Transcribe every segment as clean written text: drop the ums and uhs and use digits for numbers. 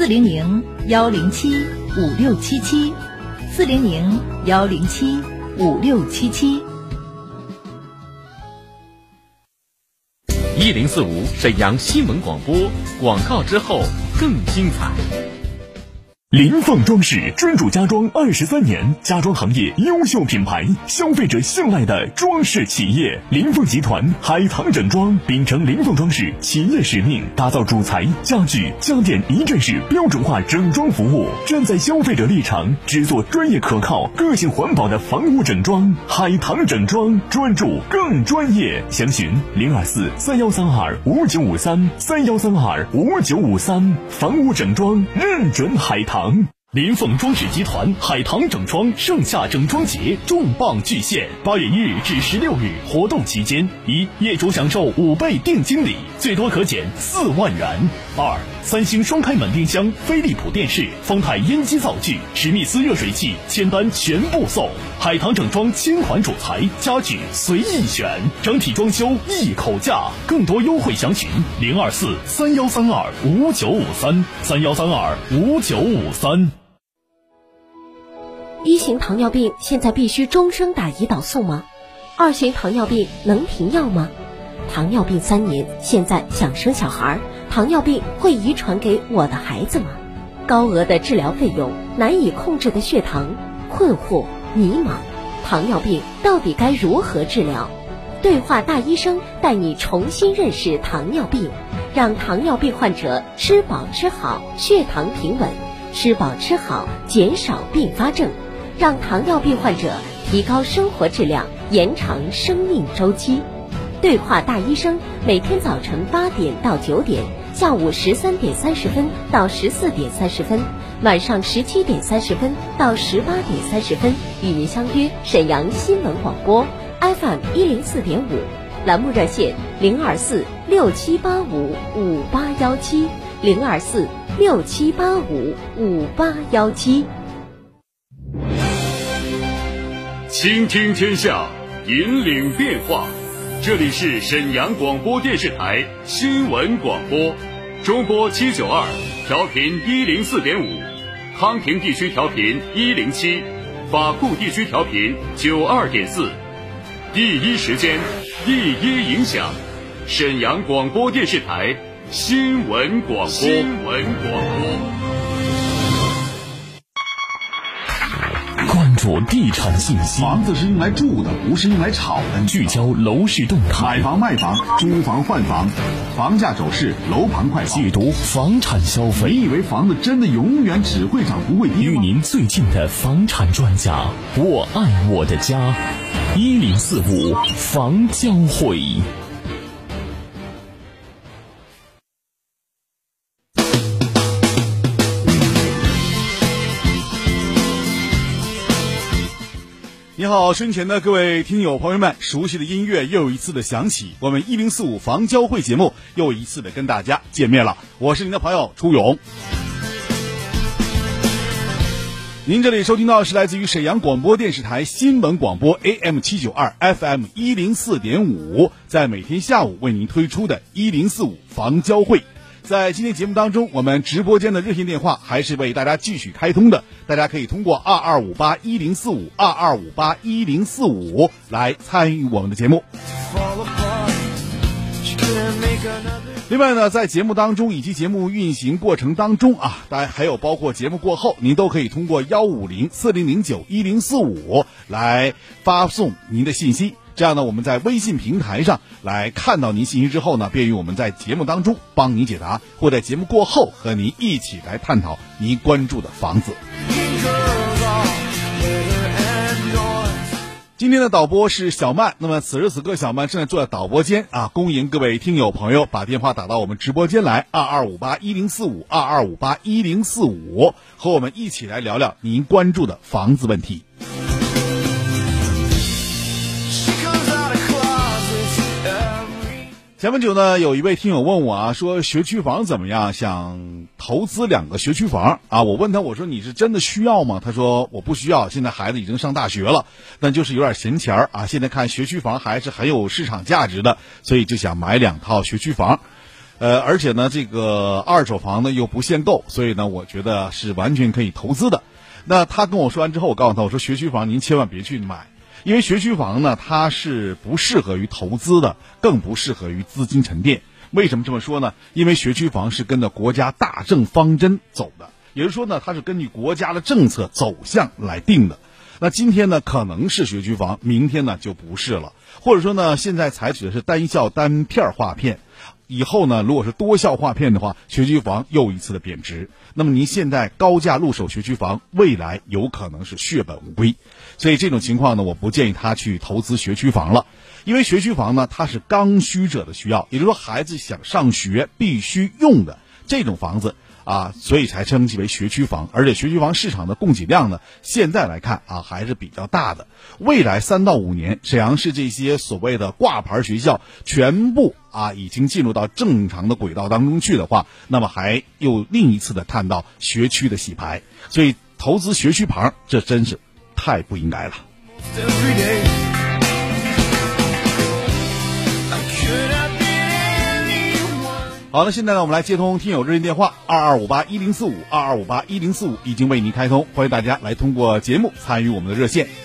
400-107-5677，400-107-5677。 1045沈阳新闻广播，广告之后更精彩。 林凤装饰专注家装23年，家装行业优秀品牌，消费者信赖的装饰企业。林凤集团海棠整装秉承林凤装饰企业使命，打造主材、家具、家电一站式标准化整装服务，站在消费者立场，制作专业可靠、个性环保的房屋整装。海棠整装专注更专业，详询024-3132-5953，3132-5953。房屋整装认准海棠。林凤装饰集团海棠整装盛夏整装节重磅巨献，8月1日至16日活动期间：1. 业主享受5倍定金礼，最多可减4万元；2. 3星双开门冰箱、飞利浦电视、丰泰烟机灶具、史密斯热水器签单全部送。海棠整装千款主材家具随意选，整体装修一口价。更多优惠详询024-3132-5953，3132-5953。 1型糖尿病现在必须终生打胰岛素吗？2型糖尿病能停药吗？糖尿病3年，现在想生小孩，糖尿病会遗传给我的孩子吗？高额的治疗费用，难以控制的血糖，困惑迷茫，糖尿病到底该如何治疗？对话大医生带你重新认识糖尿病，让糖尿病患者吃饱吃好，血糖平稳，吃饱吃好，减少并发症，让糖尿病患者提高生活质量，延长生命周期。对话大医生，每天早晨8点到9点，下午13点30分到14点30分，晚上17点30分到18点30分，与您相约沈阳新闻广播 FM 104.5，栏目热线024-6785-5817，024-6785-5817。 倾听天下，引领变化。这里是沈阳广播电视台新闻广播，中波792，调频104.5，康平地区调频107，法库地区调频92.4。第一时间，第一影响，沈阳广播电视台新闻广播。新闻广播。 关注地产信息， 房子是用来住的，不是用来炒的。 聚焦楼市动态， 买房卖房，租房换房，房价走势，楼盘快报， 解读房产消费。 你以为房子真的永远只会涨不会跌吗？ 与您最近的房产专家，我爱我的家，1045房交会。 你好，身前的各位听友朋友们，熟悉的音乐又一次的响起，我们1045房交会节目又一次的跟大家见面了，我是您的朋友初勇。您这里收听到是来自于沈阳广播电视台新闻广播 AM792 FM 104.5，在每天下午为您推出的1045房交会。在今天节目当中，我们直播间的热线电话还是为大家继续开通的，大家可以通过22581045 22581045来参与我们的节目。另外呢，在节目当中以及节目运行过程当中当然还有包括节目过后，您都可以通过15040091045来发送您的信息。这样呢，我们在微信平台上来看到您信息之后呢，便于我们在节目当中帮您解答，或在节目过后和您一起来探讨您关注的房子。今天的导播是小曼，那么此时此刻小曼正在坐在导播间恭迎各位听友朋友把电话打到我们直播间来22581045 22581045，和我们一起来聊聊您关注的房子问题。前不久呢，有一位听友问我说学区房怎么样，想投资2个学区房我问他，我说你是真的需要吗？他说我不需要，现在孩子已经上大学了，但就是有点闲钱现在看学区房还是很有市场价值的，所以就想买2套学区房。 而且呢，这个二手房呢又不限购，所以呢，我觉得是完全可以投资的。那他跟我说完之后，我告诉他，我说学区房您千万别去买，因为学区房呢它是不适合于投资的，更不适合于资金沉淀。为什么这么说呢？因为学区房是跟着国家大政方针走的，也就是说呢，它是根据国家的政策走向来定的。那今天呢可能是学区房，明天呢就不是了，或者说呢现在采取的是单效单片划片，以后呢如果是多效划片的话，学区房又一次的贬值。那么您现在高价入手学区房，未来有可能是血本无归。所以这种情况呢，我不建议他去投资学区房了，因为学区房呢它是刚需者的需要，也就是说孩子想上学必须用的这种房子啊，所以才称其为学区房。而且学区房市场的供给量呢，现在来看啊还是比较大的。未来3到5年，沈阳市这些所谓的挂牌学校全部已经进入到正常的轨道当中去的话，那么还又另一次的看到学区的洗牌。所以投资学区房，这真是太不应该了。好，那现在呢，我们来接通听友热线电话22581045，22581045已经为您开通，欢迎大家来通过节目参与我们的热线。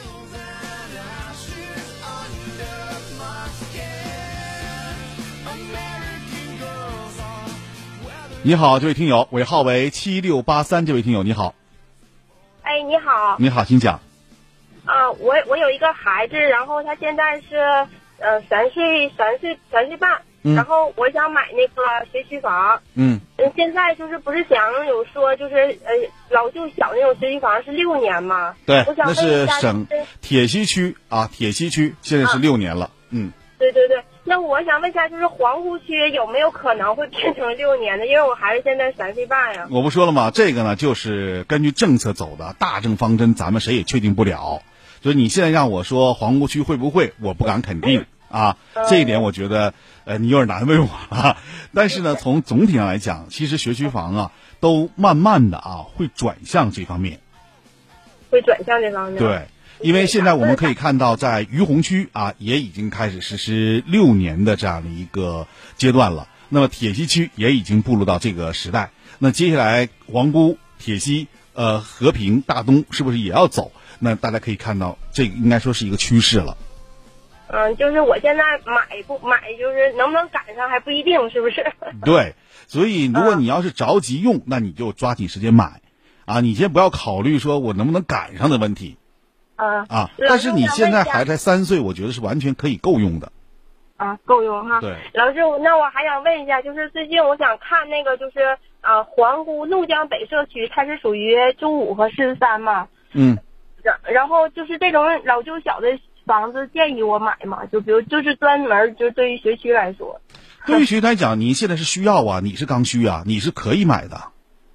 你好，这位听友，尾号为7683，这位听友你好。 哎，你好。 你好，请讲。 我有一个孩子，然后他现在是3岁半。然后我想买那个学区房，现在就是不是想有说就是老旧小那种学区房是6年吗？ 对， 我想那是省铁西区铁西区现在是6年了， 对对对，那我想问一下，就是皇姑区有没有可能会变成6年的？因为我孩子现在3岁半呀。 我不说了吗？这个呢就是根据政策走的，大政方针咱们谁也确定不了。就是你现在让我说皇姑区会不会，我不敢肯定。这一点我觉得你有点难为我了。但是呢，从总体上来讲，其实学区房都慢慢的会转向这方面。 会转向这方面。 对，因为现在我们可以看到，在于洪区也已经开始实施6年的这样的一个阶段了。那么铁西区也已经步入到这个时代。那接下来皇姑、铁西、和平、大东是不是也要走？那大家可以看到，这个应该说是一个趋势了。 就是我现在买不买，就是能不能赶上还不一定，是不是？对， 所以如果你要是着急用，那你就抓紧时间买，你先不要考虑说我能不能赶上的问题。但是你现在还才3岁，我觉得是完全可以够用的。 够用哈。 对， 老师，那我还想问一下，就是最近我想看那个，就是皇姑怒江北社区，它是属于中5和43嘛？然后就是这种老旧小的房子建议我买吗？就比如就是专门就对于学区来说， 对于学区来讲，你现在是需要你是刚需你是可以买的。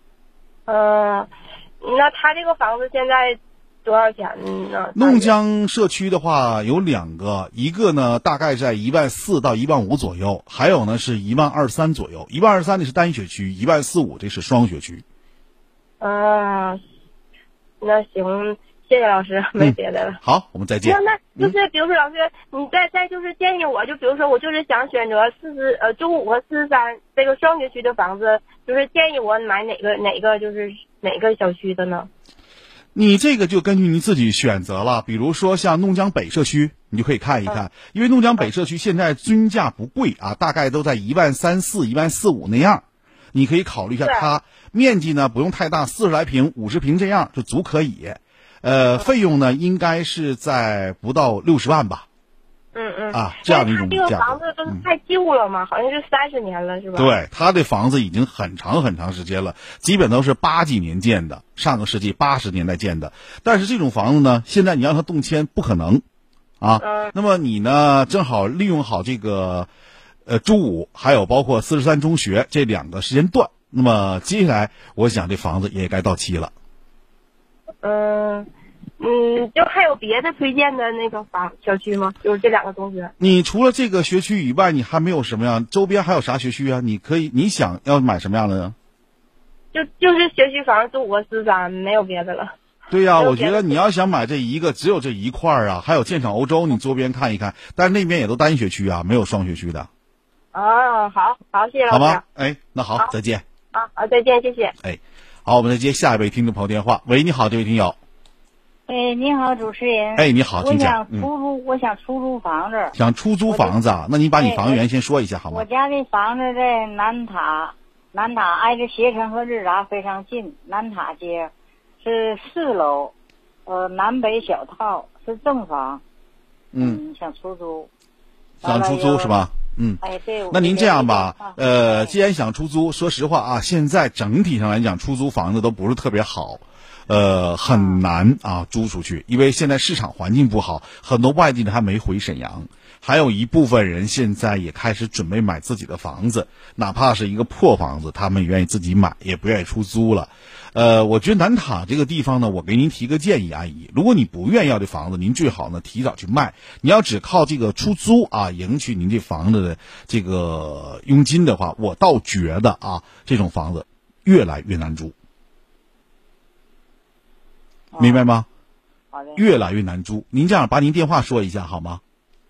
那他这个房子现在多少钱呢？ 弄江社区的话有2个，一个呢大概在14000到15000左右，还有呢是12000左右。12000的是单学区，14500这是双学区。 那行。谢谢老师，没别的了。 好，我们再见。 那就是比如说老师，你再就是建议我，就比如说我就是想选择中5和43这个双学区的房子，就是建议我买哪个就是哪个小区的呢？ 你这个就根据你自己选择了。比如说像弄江北社区，你就可以看一看，因为弄江北社区现在均价不贵大概都在13400、14500那样，你可以考虑一下它。面积呢不用太大，40来平、50平这样就足可以。费用呢应该是在不到60万吧。这样的一种价格。 这个房子都是太旧了嘛，好像是30年了，是吧？ 对，他的房子已经很长时间了，基本都是80几年建的，上个世纪80年代建的。但是这种房子呢，现在你让它动迁不可能那么你呢，正好利用好这个中5还有包括43中学这2个时间段。那么接下来，我想这房子也该到期了。 就还有别的推荐的那个小区吗？就是这2个中学。 你除了这个学区以外，你还没有什么样？周边还有啥学区啊？你想要买什么样的呢？ 就是学区房中5和43，没有别的了。 对呀，我觉得你要想买这一个，只有这一块还有建厂欧洲，你周边看一看，但是那边也都单学区没有双学区的。 哦，好，谢谢老师。 好吗？哎，那好，再见。 好，再见，谢谢。 哎，好，我们再接下一位听众朋友电话。喂，你好，这位听友。 哎，你好，主持人。 哎，你好，请讲。 我想出租房子。 想出租房子啊？那你把你房源先说一下好吗？ 我家的房子在南塔挨着携程和日达非常近，南塔街是4楼，南北小套是正房。想出租。 想出租是吧？ 哎，对。 那您这样吧，既然想出租，说实话啊，现在整体上来讲，出租房子都不是特别好。很难啊租出去，因为现在市场环境不好，很多外地人还没回沈阳，还有一部分人现在也开始准备买自己的房子，哪怕是一个破房子，他们也愿意自己买，也不愿意出租了。我觉得南塔这个地方呢，我给您提个建议，阿姨，如果你不愿意要这房子，您最好呢提早去卖。你要只靠这个出租啊赢取您这房子的这个佣金的话，我倒觉得啊这种房子越来越难租。明白吗？ 好的。 越来越难租。您这样把您电话说一下好吗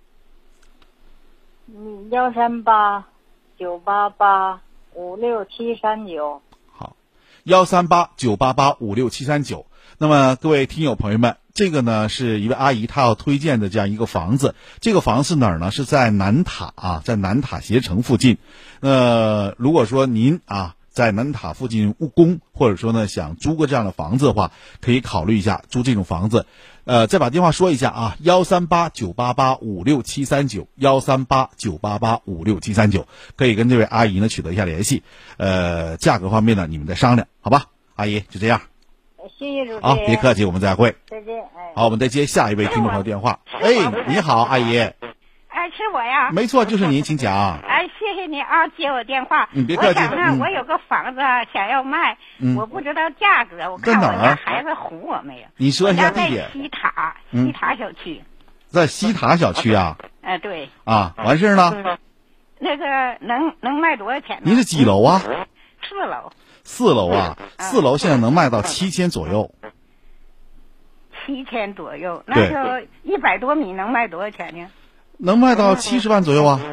？138-988-56739。 好，138-988-56739。那么各位听友朋友们，这个呢是一位阿姨她要推荐的这样一个房子。这个房子是哪儿呢？是在南塔啊，在南塔携程附近。如果说您啊在南塔附近务工，或者说呢想租个这样的房子的话，可以考虑一下租这种房子。再把电话说一下啊，138-988-56739 138-988-56739，可以跟这位阿姨呢取得一下联系。价格方面呢你们再商量，好吧？阿姨就这样。 谢谢主持人。 好，别客气，我们再会。 再见。 好，我们再接下一位听众朋友电话。哎，你好，阿姨。 哎，是我呀。 没错，就是您，请讲。 哎，谢谢你啊，接我电话。 别客气。 我想呢，我有个房子想要卖，我不知道价格，我看我家孩子唬我没有。 你说一下地点。 西塔小区。 在西塔小区啊？ 对。 啊，完事呢？ 那个能卖多少钱呢？ 您是几楼啊 ？4楼。 4楼啊，4楼现在能卖到7000左右。 7000左右，那就100多米能卖多少钱呢？ 能卖到70万左右啊。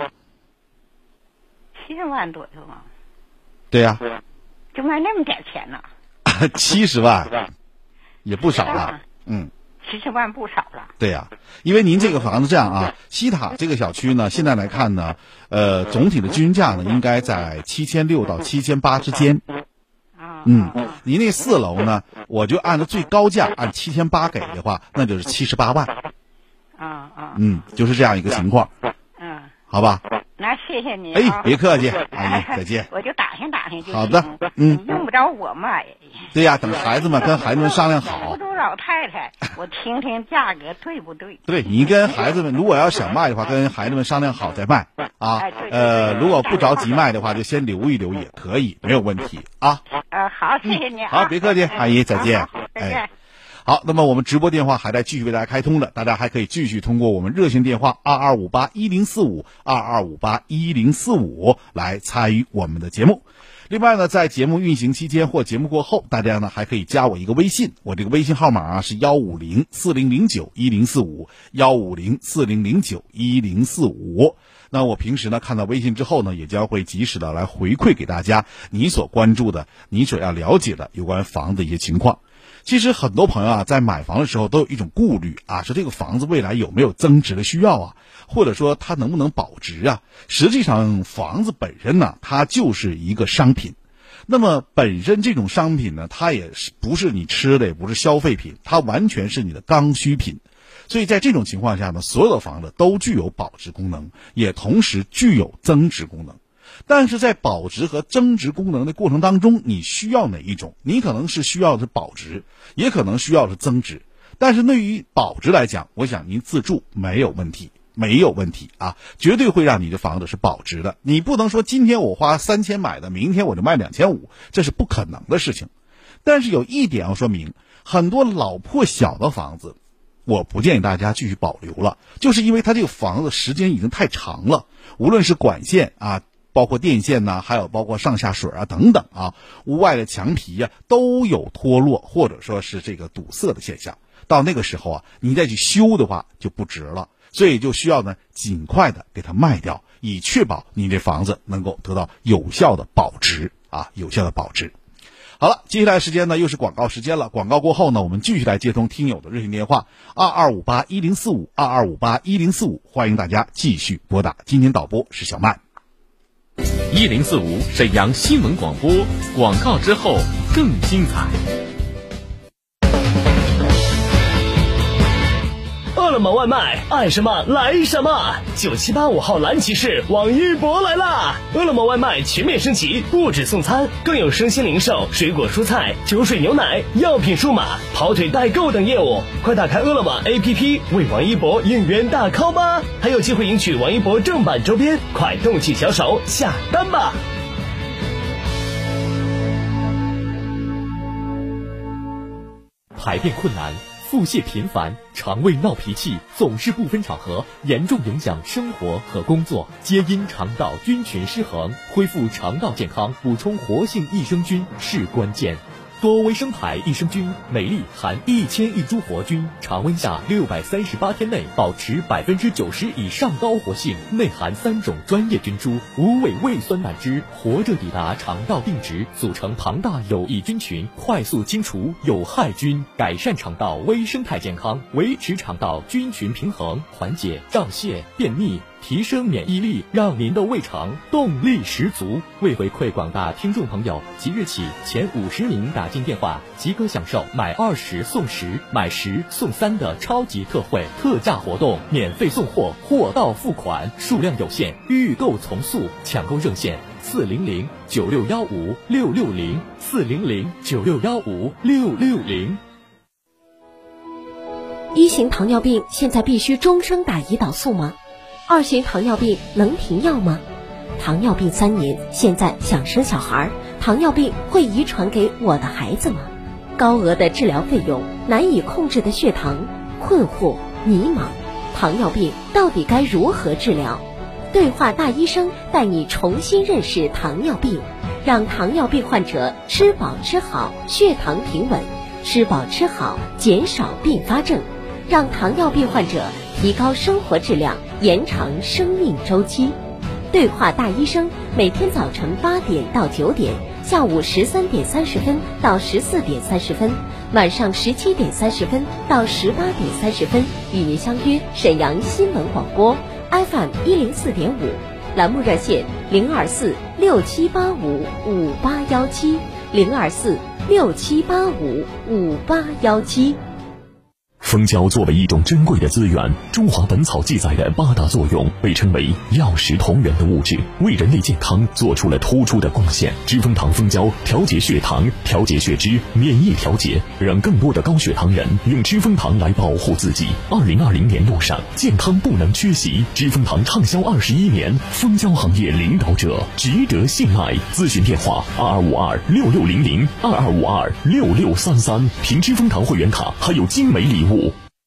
70万左右啊。 对呀。 就卖那么点钱呢 ？70万，也不少了。 70万不少了。 对呀，因为您这个房子这样啊，西塔这个小区呢，现在来看呢，总体的均价呢应该在7600到7800之间。您那4楼呢，我就按照最高价按7800给的话，那就是78万。就是这样一个情况。好吧。 那谢谢你。 哎，别客气，阿姨再见。 我就打听打听就行。 好的。 用不着我卖。 对呀，等孩子们跟孩子们商量好。 出租老太太，我听听价格对不对？ 对，你跟孩子们如果要想卖的话，跟孩子们商量好再卖啊。如果不着急卖的话，就先留一留也可以，没有问题啊。 好，谢谢你。 好，别客气，阿姨再见。 再见。 好，那么我们直播电话还在继续为大家开通的，大家还可以继续通过我们热线电话22581045 22581045来参与我们的节目。另外呢，在节目运行期间或节目过后，大家呢还可以加我一个微信，我这个微信号码是15040091045 15040091045。那我平时呢看到微信之后呢，也将会及时的来回馈给大家你所关注的、你所要了解的有关房的一些情况。其实很多朋友啊，在买房的时候都有一种顾虑啊，说这个房子未来有没有增值的需要啊，或者说它能不能保值啊？实际上，房子本身呢，它就是一个商品。那么本身这种商品呢，它也不是你吃的，也不是消费品，它完全是你的刚需品。所以在这种情况下呢，所有的房子都具有保值功能，也同时具有增值功能。但是在保值和增值功能的过程当中，你需要哪一种？你可能是需要的是保值，也可能需要的是增值。但是对于保值来讲，我想您自住没有问题啊，绝对会让你的房子是保值的。你不能说今天我花3000买的，明天我就卖2500，这是不可能的事情。但是有一点要说明，很多老破小的房子，我不建议大家继续保留了，就是因为它这个房子时间已经太长了，无论是管线啊，包括电线呐，还有包括上下水啊等等啊，屋外的墙皮呀都有脱落或者说是这个堵塞的现象。到那个时候啊，你再去修的话就不值了，所以就需要呢尽快的给它卖掉， 以确保您这房子能够得到有效的保值啊，有效的保值。好了，接下来时间呢又是广告时间了。广告过后呢，我们继续来接通听友的热线电话22581045，22581045，欢迎大家继续拨打。今天导播是小曼。 1045沈阳新闻广播，广告之后更精彩。 饿了么外卖，爱什么来什么。9785号蓝骑士网一博来啦！饿了么外卖全面升级，不止送餐，更有生鲜零售、水果蔬菜、酒水牛奶、药品数码、跑腿代购等业务。快打开饿了么 APP 为王一博应援大 call 吧，还有机会赢取王一博正版周边，快动起小手下单吧！ 排便困难、腹泻频繁、肠胃闹脾气，总是不分场合，严重影响生活和工作，皆因肠道菌群失衡。恢复肠道健康，补充活性益生菌是关键。多维生牌益生菌，每粒含1000亿株活菌，常温下638天内保持90%以上高活性，内含3种专业菌株，无尾胃酸胆汁，活着抵达肠道定植，组成庞大有益菌群，快速清除有害菌，改善肠道微生态健康，维持肠道菌群平衡，缓解胀泻、便秘，提升免疫力，让您的胃肠动力十足。为回馈广大听众朋友，即日起前50名打进电话即可享受买20送10、买10送3的超级特惠特价活动，免费送货，货到付款，数量有限，预购从速，抢购热线400-9615-660，400-9615-660。 1型糖尿病现在必须终生打胰岛素吗？2型糖尿病能停药吗？糖尿病3年，现在想生小孩，糖尿病会遗传给我的孩子吗？高额的治疗费用，难以控制的血糖，困惑迷茫，糖尿病到底该如何治疗？对话大医生带你重新认识糖尿病，让糖尿病患者吃饱吃好，血糖平稳，吃饱吃好，减少并发症，让糖尿病患者提高生活质量，延长生命周期。对话大医生，每天早晨8点到9点，下午13点30分到14点30分，晚上17点30分到18点30分，与您相约沈阳新闻广播 FM 104.5，栏目热线024-6785-5817，024-6785-5817。 蜂胶作为一种珍贵的资源，中华本草记载的8大作用，被称为药食同源的物质，为人类健康做出了突出的贡献。知蜂糖蜂胶调节血糖、调节血脂、免疫调节，让更多的高血糖人用知蜂糖来保护自己。2020年路上，健康不能缺席。知蜂糖畅销21年，蜂胶行业领导者，值得信赖。咨询电话22526600，22526633。凭知蜂糖会员卡还有精美礼物。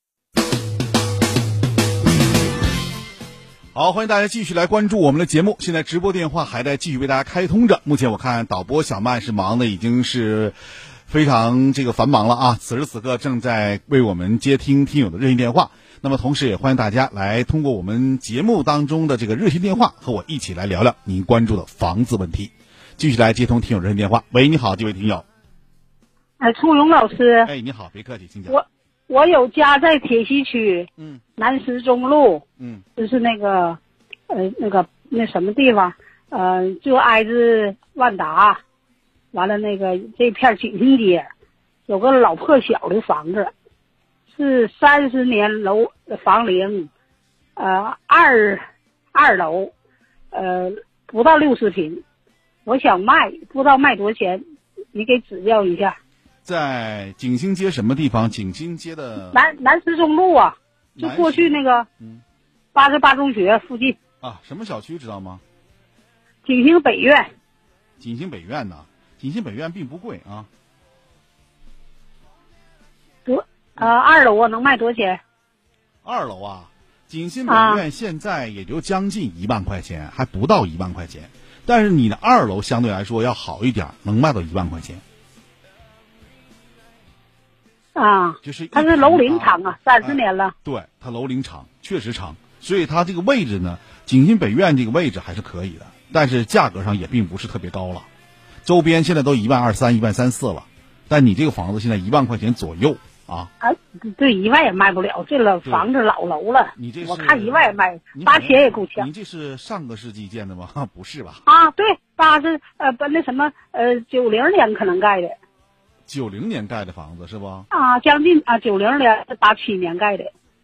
好，欢迎大家继续来关注我们的节目。现在直播电话还在继续为大家开通着。目前我看导播小曼是忙的已经是非常繁忙了啊，此时此刻正在为我们接听听友的热线电话。那么同时也欢迎大家来通过我们节目当中的这个热线电话和我一起来聊聊您关注的房子问题。继续来接通听友热线电话。喂，你好，这位听友。 初勇老师。 你好，别客气，请讲。 我有家在铁西区，南十中路，就是那什么地方，就挨着万达，完了这片景兴街，有个老破小的房子，是30年楼房龄，二楼，不到60平，我想卖，不知道卖多少钱，你给指教一下。 在景兴街什么地方？景兴街的南十中路啊，就过去88中学附近啊。什么小区知道吗？ 景兴北苑。 景兴北苑呢？景兴北苑并不贵啊。 2楼啊，能卖多少钱 ？2楼啊，景兴北苑现在也就将近1万块钱，还不到1万块钱。但是你的2楼相对来说要好一点，能卖到1万块钱。就是它是楼龄长啊，30年了。 对，它楼龄长，确实长。 所以它这个位置呢，景新北苑这个位置还是可以的，但是价格上也并不是特别高了，周边现在都12300、13400了，但你这个房子现在1万块钱左右啊。 对，1万也卖不了，这了房子老楼了。 你这我看1万也卖，8000也够呛。 您这是上个世纪建的吗？不是吧？ 啊，对，90年可能盖的。 90年盖的房子是不？ 啊，将近啊，90年87年盖的。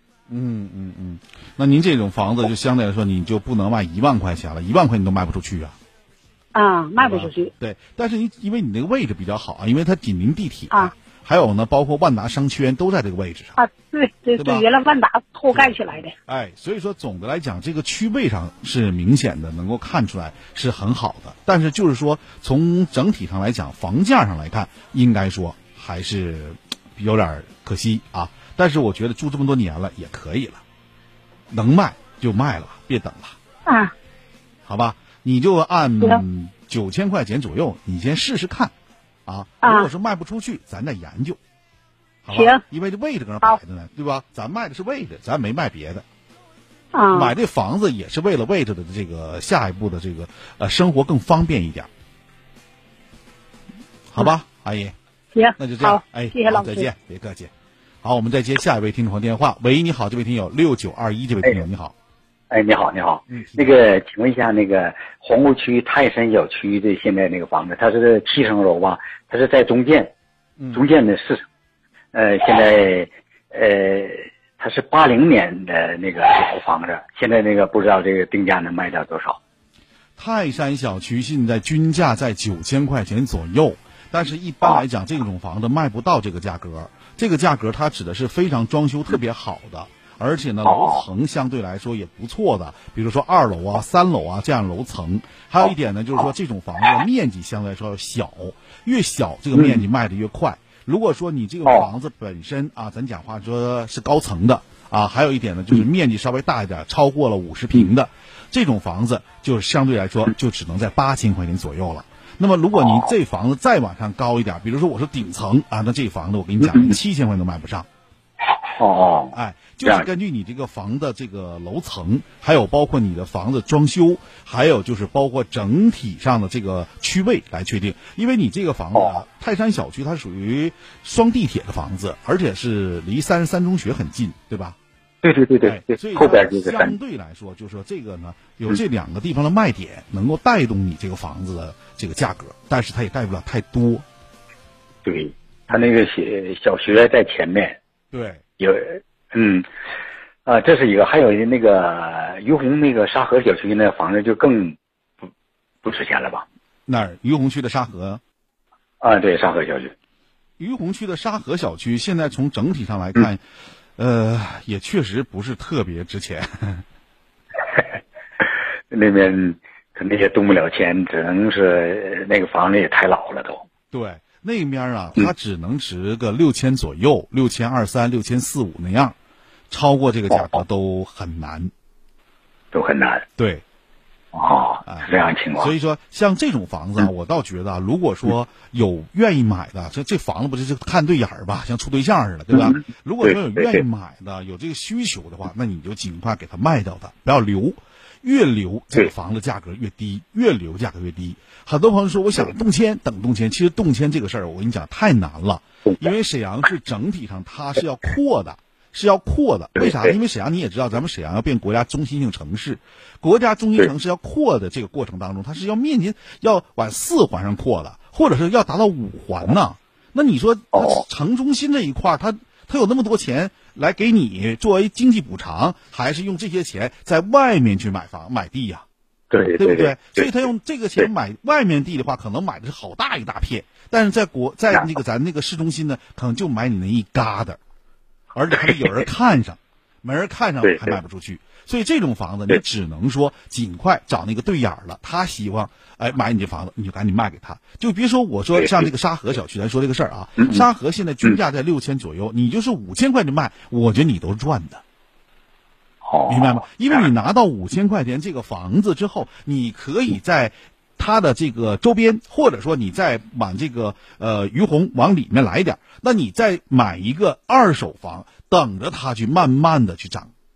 那您这种房子就相对来说，你就不能卖1万块钱了，1万块你都卖不出去啊。 啊，卖不出去。 对，但是因为你那个位置比较好啊，因为它紧邻地铁啊，还有呢，包括万达商圈都在这个位置上啊。对，原来万达后盖起来的。 所以说总的来讲，这个区位上是明显的能够看出来是很好的，但是就是说从整体上来讲，房价上来看，应该说还是有点可惜啊。但是我觉得住这么多年了也可以了，能卖就卖了吧，别等了啊。 好吧，你就按9000块钱左右，你先试试看啊。如果说卖不出去，咱再研究。好吧， 行， 因为这位置搁那摆着呢，对吧？咱卖的是位置，咱没卖别的。 啊， 买这房子也是为了位置的这个下一步的这个生活更方便一点，好吧，阿姨。 行， 那就这样， 谢谢老师， 再见，别客气。好，我们再接下一位听众电话。喂，你好，这位听友6921，这位听友你好。 你好，你好。那个，请问一下，那个皇姑区泰山小区的现在那个房子，它是7层楼吧？它是在中建的4层。现在它是80年的那个老房子，现在那个不知道这个定价能卖到多少？ 泰山小区现在均价在9000块钱左右，但是一般来讲，这种房子卖不到这个价格。这个价格它指的是非常装修特别好的，而且呢楼层相对来说也不错的，比如说2楼啊、3楼啊这样楼层。还有一点呢，就是说这种房子面积相对来说要小，越小这个面积卖的越快。如果说你这个房子本身啊，咱讲话说是高层的啊，还有一点呢，就是面积稍微大一点，超过了50平的这种房子，就是相对来说就只能在8000块钱左右了。那么如果您这房子再往上高一点，比如说我说顶层啊，那这房子我跟你讲，7000块都卖不上。就是根据你这个房的这个楼层，还有包括你的房子装修，还有就是包括整体上的这个区位来确定。因为你这个房子啊，泰山小区它属于双地铁的房子，而且是离33中学很近，对吧？ 对， 所以后边这个相对来说，就是说这个呢，有这2个地方的卖点，能够带动你这个房子的这个价格，但是它也带不了太多。 对，它那个小学在前面。 对， 有，这是一个，还有那个于洪那个沙河小区那房子就更不值钱了吧？ 哪儿？于洪区的沙河？ 啊，对，沙河小区。 于洪区的沙河小区现在从整体上来看，也确实不是特别值钱。 那边可能也动不了钱，只能是那个房子也太老了都。 对。那边啊，它只能值个6000左右，6230、6450那样，超过这个价格都很难，对， 是这样情况。 所以说，像这种房子啊，我倒觉得，如果说有愿意买的，这房子不是看对眼儿吧，像处对象似的，对吧？如果说有愿意买的，有这个需求的话，那你就尽快给它卖掉它，不要留。越留这个房子价格越低，越留价格越低。很多朋友说我想动迁，等动迁，其实动迁这个事儿我跟你讲太难了，因为沈阳市整体上它是要扩的，为啥？因为沈阳你也知道，咱们沈阳要变国家中心性城市，国家中心城市要扩的这个过程当中，它是要面积要往4环上扩的，或者是要达到5环呢。那你说它城中心这一块它有那么多钱来给你作为经济补偿，还是用这些钱在外面去买房买地呀？ 对不对？所以他用这个钱买外面地的话，可能买的是好大一大片，但是在那个咱那个市中心呢，可能就买你那一疙瘩，而且还得有人看上，没人看上还卖不出去。所以这种房子你只能说尽快找那个对眼了，他希望买你这房子，你就赶紧卖给他。就别说我说像这个沙河小区，咱说这个事儿啊，沙河现在均价在6000左右，你就是5000块就卖，我觉得你都是赚的。明白吗？因为你拿到5000块钱这个房子之后，你可以在它的这个周边，或者说你再往这个于洪往里面来一点，那你再买一个2手房，等着它去慢慢的去涨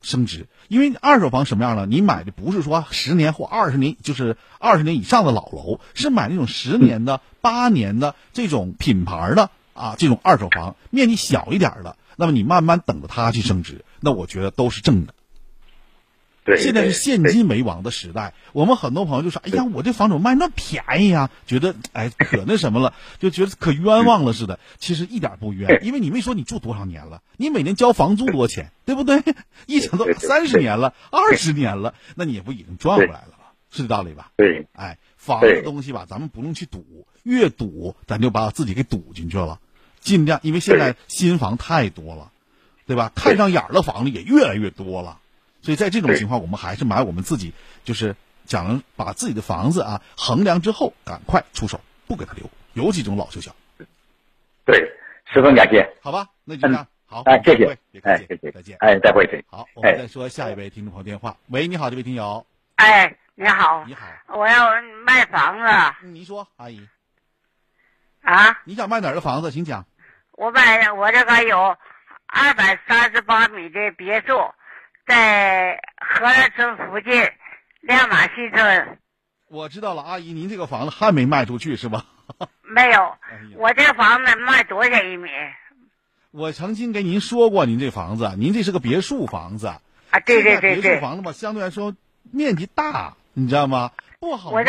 升值。因为二手房什么样呢？你买的不是说10年或20年，就是20年以上的老楼，是买那种10年的、8年的这种品牌的这种二手房，面积小一点的，那么你慢慢等着它去升值，那我觉得都是正的。现在是现金为王的时代，我们很多朋友就说：“哎呀，我这房怎么卖那么便宜呀？”觉得可那什么了，就觉得可冤枉了似的。其实一点不冤，因为你没说你住多少年了，你每年交房租多少钱，对不对？一想到30年了、20年了，那你也不已经赚回来了吗？是这道理吧？ 对， 房子的东西吧，咱们不用去赌，越赌咱就把自己给赌进去了。尽量，因为现在新房太多了，对吧？看上眼的房子也越来越多了。所以在这种情况，我们还是买我们自己，就是讲把自己的房子衡量之后，赶快出手，不给他留，有几种老旧小。 对，十分感谢。 好吧，那就这样。好， 谢谢， 谢谢，再见。 再会。 好，我们再说下一位听众朋友电话。喂，你好，这位听友。 你好。 你好。 我要卖房子。 您说，阿姨。 你想卖哪儿的房子？请讲。 我这个有238米的别墅。在荷兰村附近，亮马新村。 我知道了，阿姨，您这个房子还没卖出去是吧？ 没有，我这房子卖多少钱一米？ 我曾经跟您说过，您这房子，您这是个别墅房子对。 别墅房子吧，相对来说面积大，你知道吗？不好卖。 我这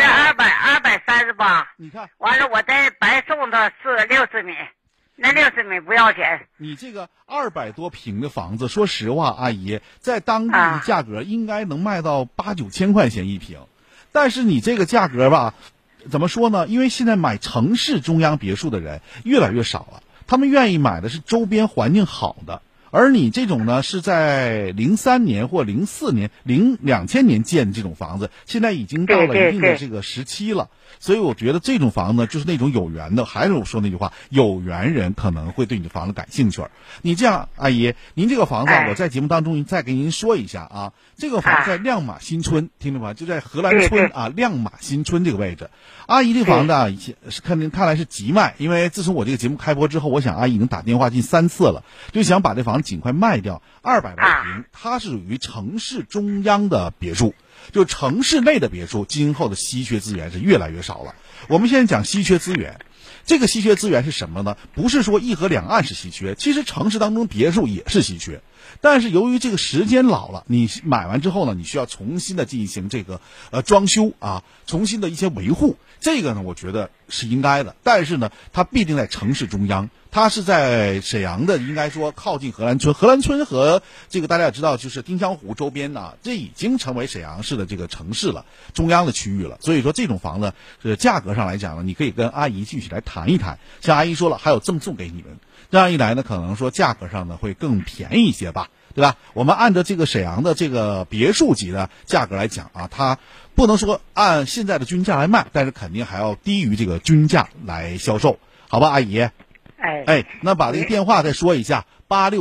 238， 你看， 完了我在白送的是60米。那60米不要钱。 你这个200多平的房子，说实话，阿姨，在当地的价格应该能卖到8、9千块钱一平，但是你这个价格吧，怎么说呢？因为现在买城市中央别墅的人越来越少了，他们愿意买的是周边环境好的，而你这种呢是在03年或04年、2000年建的这种房子，现在已经到了一定的这个时期了。所以我觉得这种房子就是那种有缘的，还是我说那句话，有缘人可能会对你的房子感兴趣。你这样，阿姨，您这个房子，我在节目当中再给您说一下这个房子在亮马新村，听着吧，就在荷兰村亮马新村这个位置。阿姨这房子以前是看来是急卖，因为自从我这个节目开播之后，我想阿姨已经打电话近3次了，就想把这房子尽快卖掉。200多平，它是属于城市中央的别墅。就城市内的别墅，今后的稀缺资源是越来越少了。我们现在讲稀缺资源，这个稀缺资源是什么呢？不是说1河2岸是稀缺，其实城市当中别墅也是稀缺。但是由于这个时间老了，你买完之后呢，你需要重新的进行这个装修重新的一些维护，这个呢，我觉得是应该的。但是呢，它必定在城市中央。它是在沈阳的，应该说靠近荷兰村。荷兰村和这个大家也知道，就是丁香湖周边这已经成为沈阳市的这个城市了，中央的区域了。所以说这种房子价格上来讲呢，你可以跟阿姨具体来谈一谈。像阿姨说了，还有赠送给你们，这样一来呢，可能说价格上呢会更便宜一些吧，对吧？我们按照这个沈阳的这个别墅级的价格来讲它不能说按现在的均价来卖，但是肯定还要低于这个均价来销售，好吧，阿姨？那把这个电话再说一下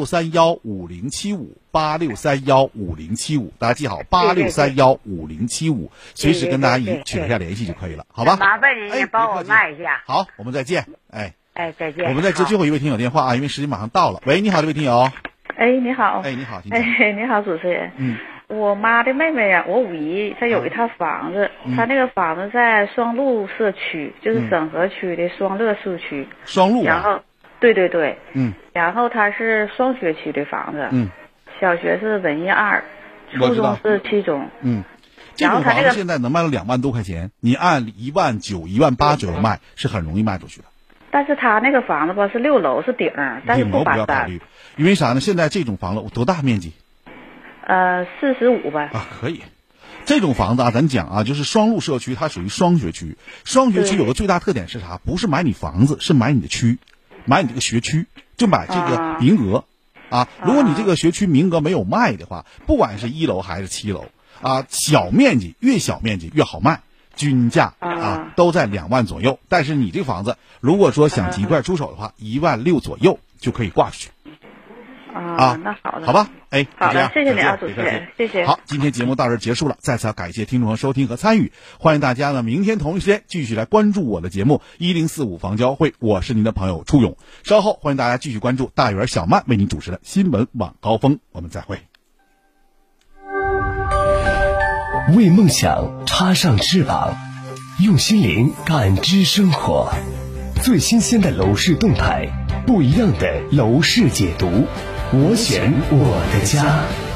，86315075，86315075，大家记好，86315075，随时跟阿姨取得一下联系就可以了，好吧？ 麻烦您帮我卖一下。 好，我们再见。 再见。 我们再接最后一位听友电话因为时间马上到了。喂，你好，这位听友。 你好。 你好。 你好，主持人。我妈的妹妹我五姨她有一套房子，她那个房子在双鹿社区，就是沈河区的双乐社区。 双鹿然后对，然后它是双学区的房子，小学是文艺2，初中是7中， 这种房子现在能卖到2万多块钱，你按1万9、1万8左右卖，是很容易卖出去的。 但是他那个房子吧是6楼是顶，但是不要考虑，因为啥呢？现在这种房子多大面积 ？45吧。 可以。这种房子咱讲就是双鹿社区，它属于双学区。双学区有个最大特点是啥？不是买你房子，是买你的区，买你这个学区，就买这个名额如果你这个学区名额没有卖的话，不管是1楼还是7楼小面积越小面积越好卖，均价都在2万左右。但是你这个房子如果说想极快出手的话，1万6左右就可以挂出去。 那好的， 好吧， 好的，谢谢你主持人，谢谢。 好，今天节目到这结束了，再次要感谢听众朋友收听和参与，欢迎大家呢明天同一时间继续来关注我的节目1045房交会，我是您的朋友初勇，稍后欢迎大家继续关注大圆小曼为您主持的新闻晚高峰，我们再会。 为梦想插上翅膀，用心灵感知生活。最新鲜的楼市动态，不一样的楼市解读，我选我的家。